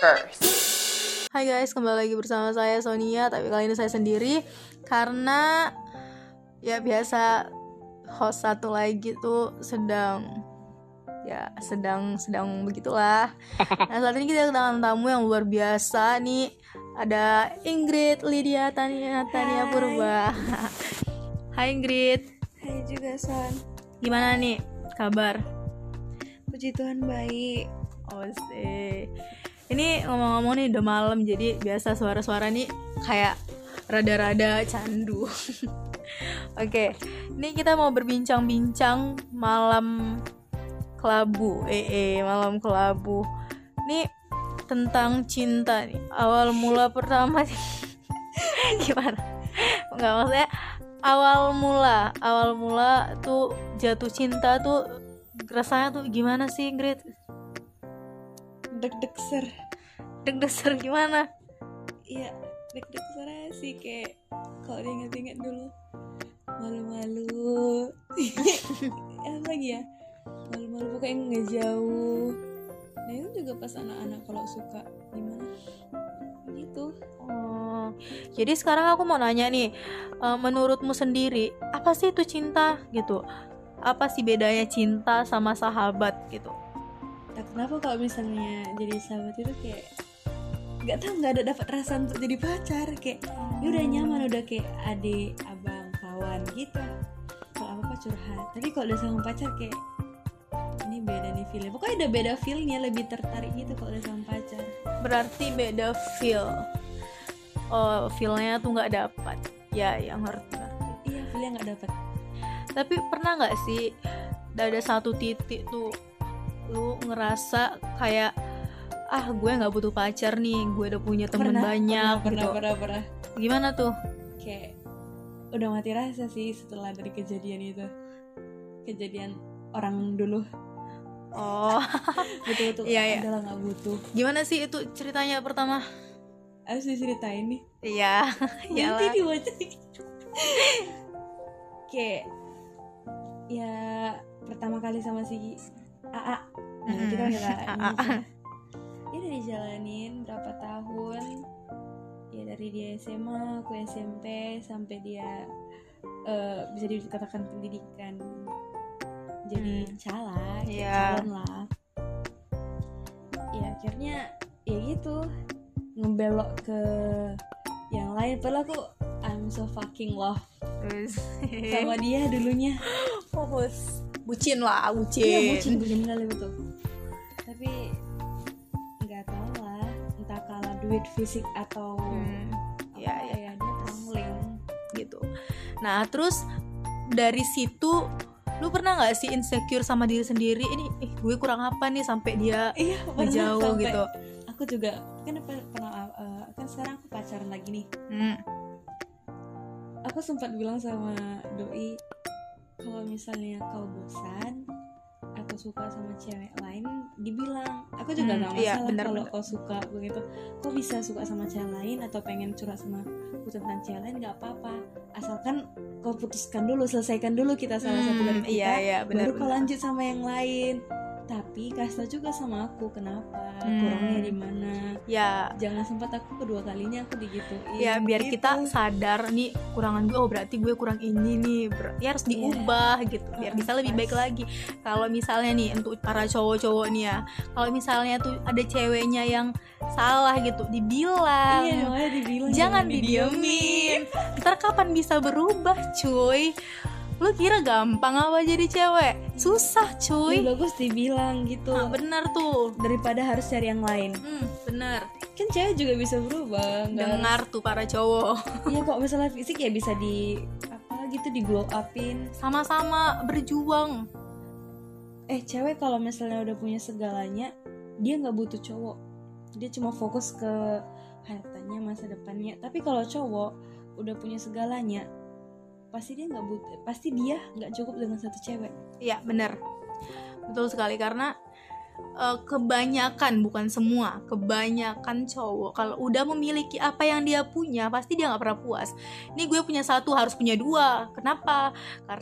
first. Hai guys, kembali lagi bersama saya Sonia. Tapi kali ini saya sendiri karena ya biasa host satu lagi tuh sedang begitulah. Nah, saat ini kita kedatangan tamu yang luar biasa nih. Ada Ingrid Lydia Tania Purba. Hai Ingrid. Hai juga Son. Gimana nih kabar? Puji Tuhan baik. Oh sih. Ini ngomong-ngomong nih udah malam, jadi biasa suara-suara nih kayak rada-rada candu. Oke, ini kita mau berbincang-bincang malam kelabu. Malam kelabu. Ini tentang cinta nih. Awal mula pertama gimana? Enggak, maksudnya awal mula tuh jatuh cinta tuh rasanya tuh gimana sih, Ingrid? Deg-degser gimana? Iya, deg-degser aja sih, kayak kalau diinget-inget dulu malu-malu. Apa lagi ya? Malu-malu pokoknya nggak jauh. Nah itu juga pas anak-anak kalau suka gimana? Gitu. Oh, jadi sekarang aku mau nanya nih, menurutmu sendiri apa sih itu cinta gitu? Apa sih bedanya cinta sama sahabat gitu? Nah, kenapa kalau misalnya jadi sahabat itu kayak nggak ada dapat rasa untuk jadi pacar, kayak ya udah nyaman, udah kayak adik, abang, kawan gitu. Kalau apa curhat. Tapi kalau udah sama pacar kayak ini beda nih feelnya. Pokoknya udah beda feelnya, lebih tertarik gitu kalau udah sama pacar. Berarti beda feel. Oh, feelnya tuh nggak dapat. Ya, yang ngerti. Iya, feelnya nggak dapat. Tapi pernah nggak sih ada satu titik tuh lu ngerasa kayak gue nggak butuh pacar nih, gue udah punya temen banyak gitu. Pernah. Gimana tuh? Kayak udah mati rasa sih setelah dari kejadian itu. Kejadian orang dulu. Oh, betul-betul. Iya. Adalah nggak butuh. Gimana sih itu ceritanya pertama? Harus diceritain nih. Iya. Nanti dibaca. Kayak ya pertama kali sama si AA. Nah, kita AA. Dia udah dijalanin berapa tahun. Ya dari dia SMA, aku SMP, sampai dia bisa dikatakan pendidikan. Jadi calon lah. Ya akhirnya ya gitu, ngebelok ke yang lain. Padahal aku I'm so fucking love sama dia dulunya. Bucin. Iya, bucin kali betul. Tapi nggak tahu lah, entah kalah duit fisik atau ya dia pangling gitu. Nah terus dari situ lu pernah nggak sih insecure sama diri sendiri? Ini gue kurang apa nih sampai dia jauh gitu? Aku juga kan pernah kan sekarang aku pacaran lagi nih. Aku sempat bilang sama doi, kalau misalnya kau bosan atau suka sama cewek lain, dibilang. Aku juga gak masalah kalau kau suka begitu. Kau bisa suka sama cewek lain atau pengen curhat sama aku tentang cewek lain, gak apa-apa, asalkan kau putuskan dulu, selesaikan dulu kita salah satu dari kita, baru kau lanjut sama yang lain. Tapi kasih tau juga sama aku kenapa, kurangnya di mana. Ya, jangan sempat aku kedua kalinya aku digituin. Ya, biar gitu. Kita sadar nih kurangan gue, berarti gue kurang ini nih. Ya harus diubah gitu, biar bisa lebih baik lagi. Kalau misalnya nih untuk para cowok-cowok nih ya, kalau misalnya tuh ada ceweknya yang salah gitu, dibilang. Dibilang. Jangan didiemin. Ntar kapan bisa berubah, cuy? Lu kira gampang apa jadi cewek? Susah cuy. Ya bagus dibilang gitu. Nah, bener tuh, daripada harus cari yang lain. Bener. Kan cewek juga bisa berubah. Dengar tuh para cowok. Iya, kok masalah fisik ya bisa di glow upin. Sama-sama berjuang. Cewek kalau misalnya udah punya segalanya, dia nggak butuh cowok. Dia cuma fokus ke hartanya, masa depannya. Tapi kalau cowok udah punya segalanya, pasti dia nggak cukup dengan satu cewek. Iya, benar, betul sekali. Karena kebanyakan, bukan semua, kebanyakan cowok kalau udah memiliki apa yang dia punya, pasti dia nggak pernah puas. Ini gue punya satu, harus punya dua. Kenapa? Karena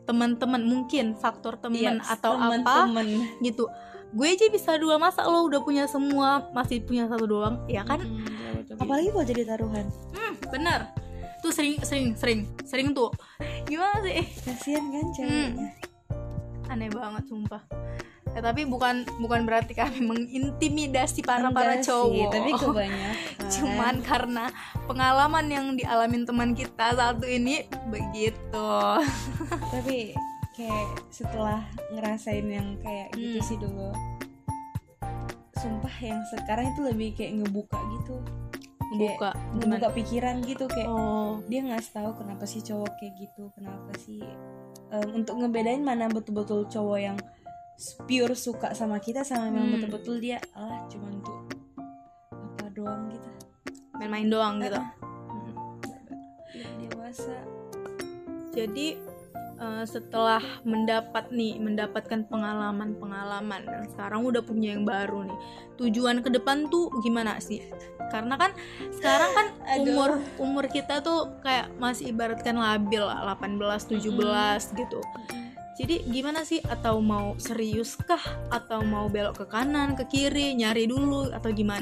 teman-teman, mungkin faktor teman atau temen-temen. apa gitu. Gue aja bisa 2, masa lo udah punya semua masih punya 1 doang, ya kan? Apalagi kalau jadi taruhan. Bener. Tuh sering tuh. Gimana sih? Kasian kan ceweknya. Aneh banget sumpah. Ya, tapi bukan berarti kami mengintimidasi para cowok sih, tapi kebanyakan. Cuman karena pengalaman yang dialamin teman kita satu ini begitu. Tapi kayak setelah ngerasain yang kayak gitu sih dulu, sumpah yang sekarang itu lebih kayak ngebuka gitu, ngebuka pikiran gitu, kayak dia ngasih tahu kenapa sih cowok kayak gitu, kenapa sih untuk ngebedain mana betul-betul cowok yang pure suka sama kita sama memang betul-betul dia cuma untuk apa doang gitu, main-main doang gitu. Dewasa. Jadi setelah mendapatkan pengalaman dan sekarang udah punya yang baru nih, tujuan ke depan tuh gimana sih? Karena kan sekarang kan umur kita tuh kayak masih ibaratkan labil lah, 18 17 gitu. Jadi gimana sih? Atau mau serius kah? Atau mau belok ke kanan, ke kiri, nyari dulu atau gimana?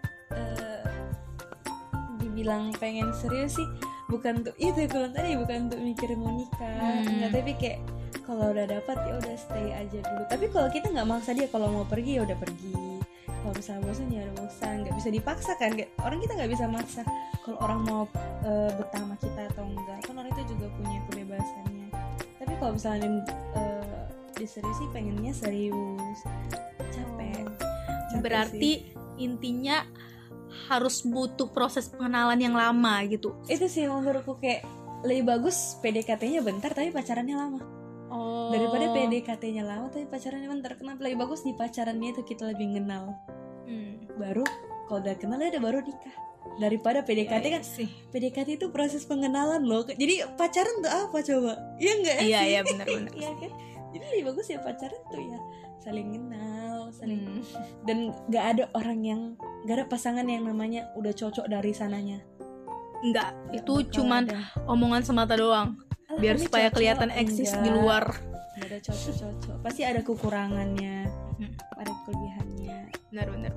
Dibilang pengen serius sih bukan untuk itu, kalau tadi bukan untuk mikir mau nikah, enggak, tapi kayak kalau udah dapat ya udah stay aja dulu. Tapi kalau kita nggak maksa dia, kalau mau pergi ya udah pergi, kalau misalnya bosan ya udah bosan, nggak bisa dipaksa kan, orang kita nggak bisa maksa kalau orang mau betah sama kita atau enggak, kan orang itu juga punya kebebasannya. Tapi kalau misalnya diserius sih pengennya serius, capek berarti sih. Intinya harus butuh proses pengenalan yang lama gitu. Itu sih menurutku kayak lebih bagus PDKT-nya bentar tapi pacarannya lama. Daripada PDKT-nya lama tapi pacarannya bentar. Kenapa lebih bagus di pacarannya itu kita lebih kenal. Baru kalau udah kenal ya udah baru nikah. Daripada PDKT kan sih. PDKT itu proses pengenalan loh. Jadi pacaran tuh apa coba? Iya enggak sih? Iya benar-benar. Iya kan? Jadi lebih bagus ya pacaran tuh ya saling kenal, dan nggak ada pasangan yang namanya udah cocok dari sananya. Nggak, itu cuman omongan semata doang. Biar supaya kelihatan eksis di luar. Nggak ada cocok. Pasti ada kekurangannya, ada kelebihannya. Benar.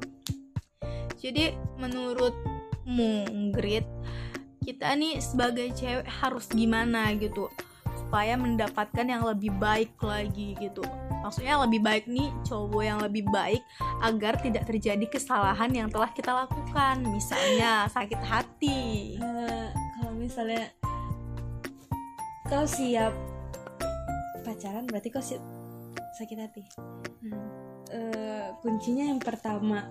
Jadi menurutmu, Grit, kita nih sebagai cewek harus gimana gitu supaya mendapatkan yang lebih baik lagi gitu? Maksudnya lebih baik nih, cowok yang lebih baik agar tidak terjadi kesalahan yang telah kita lakukan. Misalnya sakit hati. Kalau misalnya kau siap pacaran, berarti kau siap sakit hati. Kuncinya yang pertama,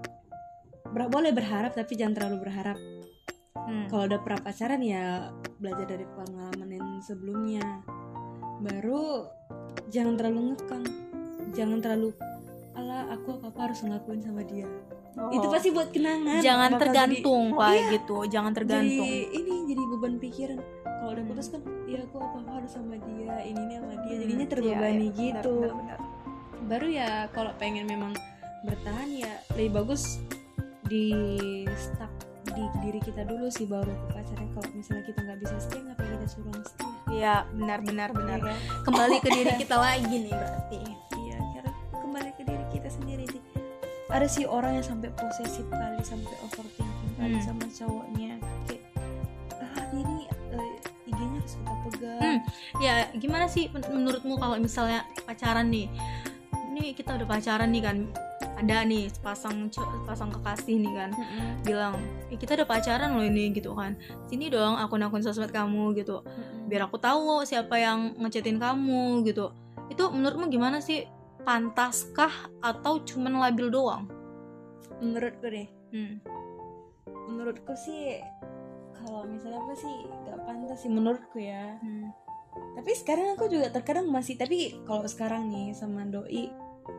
boleh berharap tapi jangan terlalu berharap. Kalau udah pernah pacaran ya belajar dari pengalaman yang sebelumnya. Baru jangan terlalu ngekang, jangan terlalu aku apa harus ngelakuin sama dia. Itu pasti buat kenangan. Jangan tergantung gitu, jangan tergantung. Jadi beban pikiran. Kalau udah putus kan, ya aku apa harus sama dia, ini sama dia, jadinya terbebani gitu. Benar. Baru ya kalau pengen memang bertahan ya lebih bagus di stuck di diri kita dulu sih baru ke pacarnya. Kalau misalnya kita nggak bisa stay, ngapain kita suruh stay? Iya benar. Ya, kan? Kembali ke diri kita lagi nih berarti. Iya, karena kembali ke diri kita sendiri sih. Ada sih orang yang sampai posesif kali, sampai overthinking kali sama cowoknya. Kayak ini IG-nya harus kita pegang. Ya gimana sih menurutmu kalau misalnya pacaran nih? Ini kita udah pacaran nih kan, ada nih pasang kekasih nih kan, bilang kita udah pacaran loh ini gitu kan, sini dong akun sosmed kamu gitu, biar aku tahu siapa yang ngechatin kamu gitu. Itu menurutmu gimana sih? Pantaskah atau cuman labil doang? Menurutku deh, menurutku sih kalau misalnya apa sih gak pantas sih menurutku ya. Tapi sekarang aku juga terkadang masih, tapi kalau sekarang nih sama doi,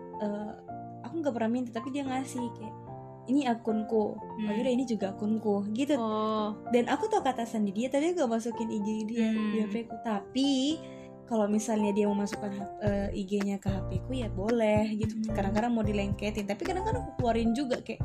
aku nggak pernah minta tapi dia ngasih kayak ini akunku, yaudah ini juga akunku gitu. Dan aku tahu kata sandi dia, tadi gak masukin IG dia di HP ku. Tapi kalau misalnya dia mau masukkan IG-nya ke HP ku ya boleh gitu. Kadang-kadang mau dilengketin, tapi kadang-kadang aku keluarin juga kayak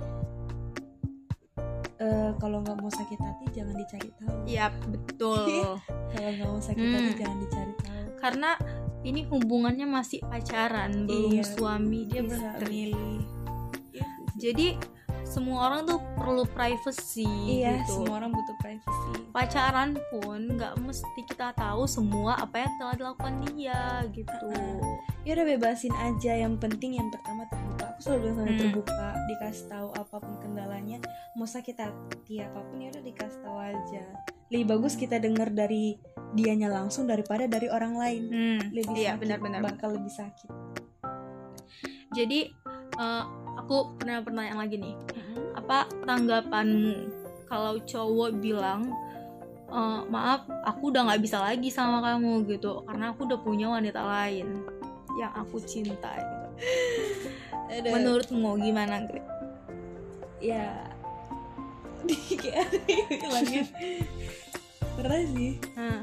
kalau nggak mau sakit hati jangan dicari tahu. Iya betul. Kalau nggak mau sakit hati jangan dicari tahu. karena ini hubungannya masih pacaran, belum suami dia istri. Jadi semua orang tuh perlu privacy gitu. Semua orang butuh privacy. Pacaran pun nggak mesti kita tahu semua apa yang telah dilakukan dia gitu. Ya udah bebasin aja, yang penting yang pertama terbuka. Aku selalu bilang terbuka, dikasih tahu apapun kendalanya, mau sakit hati apapun ya udah dikasih tahu aja. Lebih bagus kita dengar dari dianya langsung daripada dari orang lain. Lebih sakit, benar-benar bakal lebih sakit. Jadi aku pernah pertanyaan lagi nih, apa tanggapanmu kalau cowok bilang maaf aku udah nggak bisa lagi sama kamu gitu karena aku udah punya wanita lain yang aku cinta gitu. Menurutmu gimana, Grit? Ya kayak ada lagi pernah sih.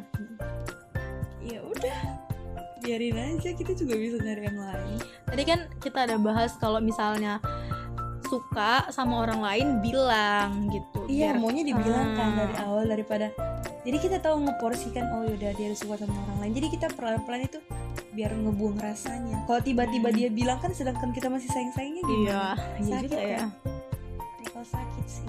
Ya udah biarin aja, kita juga bisa nyari yang lain. Tadi kan kita ada bahas kalau misalnya suka sama orang lain bilang gitu. Iya, maunya dibilang kan dari awal, daripada jadi kita tahu ngeporsikan, oh yaudah dia suka sama orang lain, jadi kita pelan-pelan itu biar ngebuang rasanya. Kalau tiba-tiba dia bilang kan sedangkan kita masih sayang-sayangnya gimana? Iya, sakit kan? Ya. Bakal sakit sih.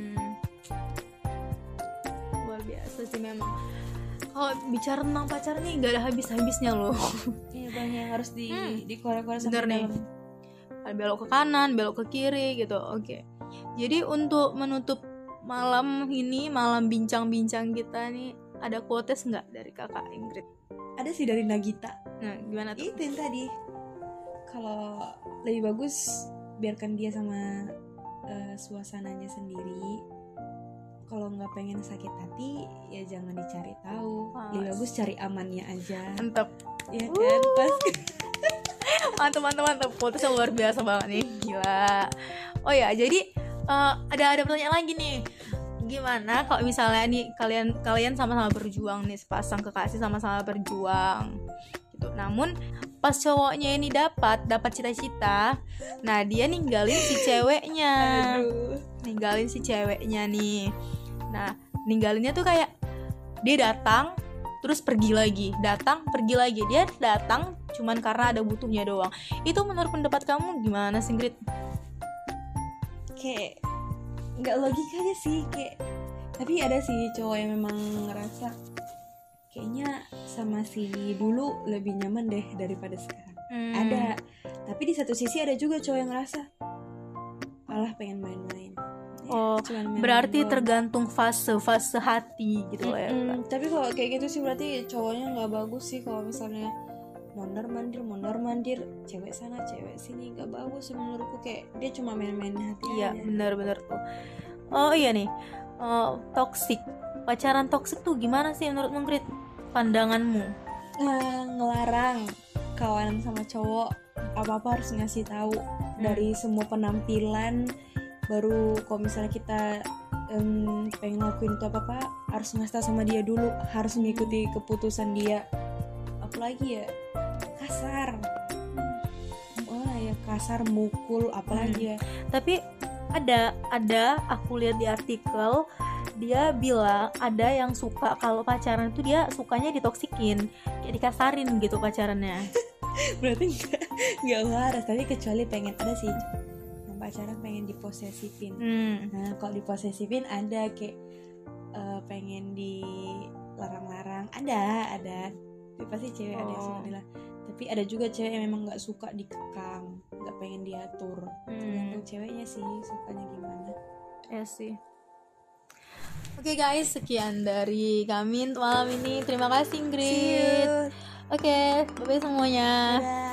Luar biasa sih memang. Kalau bicara tentang pacar nih gak ada habis-habisnya loh. Iya, banyak yang harus dikorek-korek sampai bener nih. Belok ke kanan, belok ke kiri gitu. Oke. Jadi untuk menutup malam ini, malam bincang-bincang kita nih, ada quotes nggak dari kakak Ingrid? Ada sih dari Nagita. Nah, gimana tuh? Itu yang tadi. Kalau lebih bagus biarkan dia sama suasananya sendiri. Kalau nggak pengen sakit hati, ya jangan dicari tahu. Lebih bagus cari amannya aja. Mantap. Ya kan, pas. mantap. Quotesnya luar biasa banget nih, gila. Oh ya, jadi ada pertanyaan lagi nih. Gimana kalau misalnya nih kalian sama-sama berjuang nih, sepasang kekasih sama-sama berjuang gitu. Namun pas cowoknya ini dapat cita-cita, nah dia ninggalin si ceweknya. Ninggalin si ceweknya nih. Nah, ninggalinnya tuh kayak dia datang terus pergi lagi, datang pergi lagi. Dia datang cuman karena ada butuhnya doang. Itu menurut pendapat kamu gimana sih, Grit? Kayak nggak logikanya sih, kayak tapi ada sih cowok yang memang ngerasa kayaknya sama si dulu lebih nyaman deh daripada sekarang. Ada, tapi di satu sisi ada juga cowok yang ngerasa alah pengen main-main. Berarti tergantung fase hati gitu loh ya. Tapi kalau kayak gitu sih berarti cowoknya nggak bagus sih. Kalau misalnya mondar mandir cewek sana cewek sini, nggak bagus sih menurutku. Kayak dia cuma main-main hati. Iya, benar tuh. Oh iya nih, toxic, pacaran toxic tuh gimana sih menurutmu, Grit? Pandanganmu? Ngelarang kawanan sama cowok, apa-apa harus ngasih tahu dari semua penampilan. Baru kalau misalnya kita pengen ngelakuin itu apa harus ngasih tahu sama dia dulu, harus mengikuti keputusan dia. Apalagi ya kasar, kasar, mukul, apalagi ya. Tapi ada aku lihat di artikel, dia bilang ada yang suka kalau pacaran itu dia sukanya ditoksikin, kayak dikasarin gitu pacarannya. Berarti nggak waras, tapi kecuali pengen, ada sih yang pacaran pengen diposesifin. Nah kalau diposesifin ada kayak pengen dilarang-larang, ada tapi pasti cewek ada yang suka dilarang. Tapi ada juga cewek yang memang nggak suka dikekang, nggak pengen diatur. Tergantung ceweknya sih sukanya gimana. Ya sih. Oke guys, sekian dari kami untuk malam ini. Terima kasih, Ingrid. Oke, bye-bye semuanya. Bye.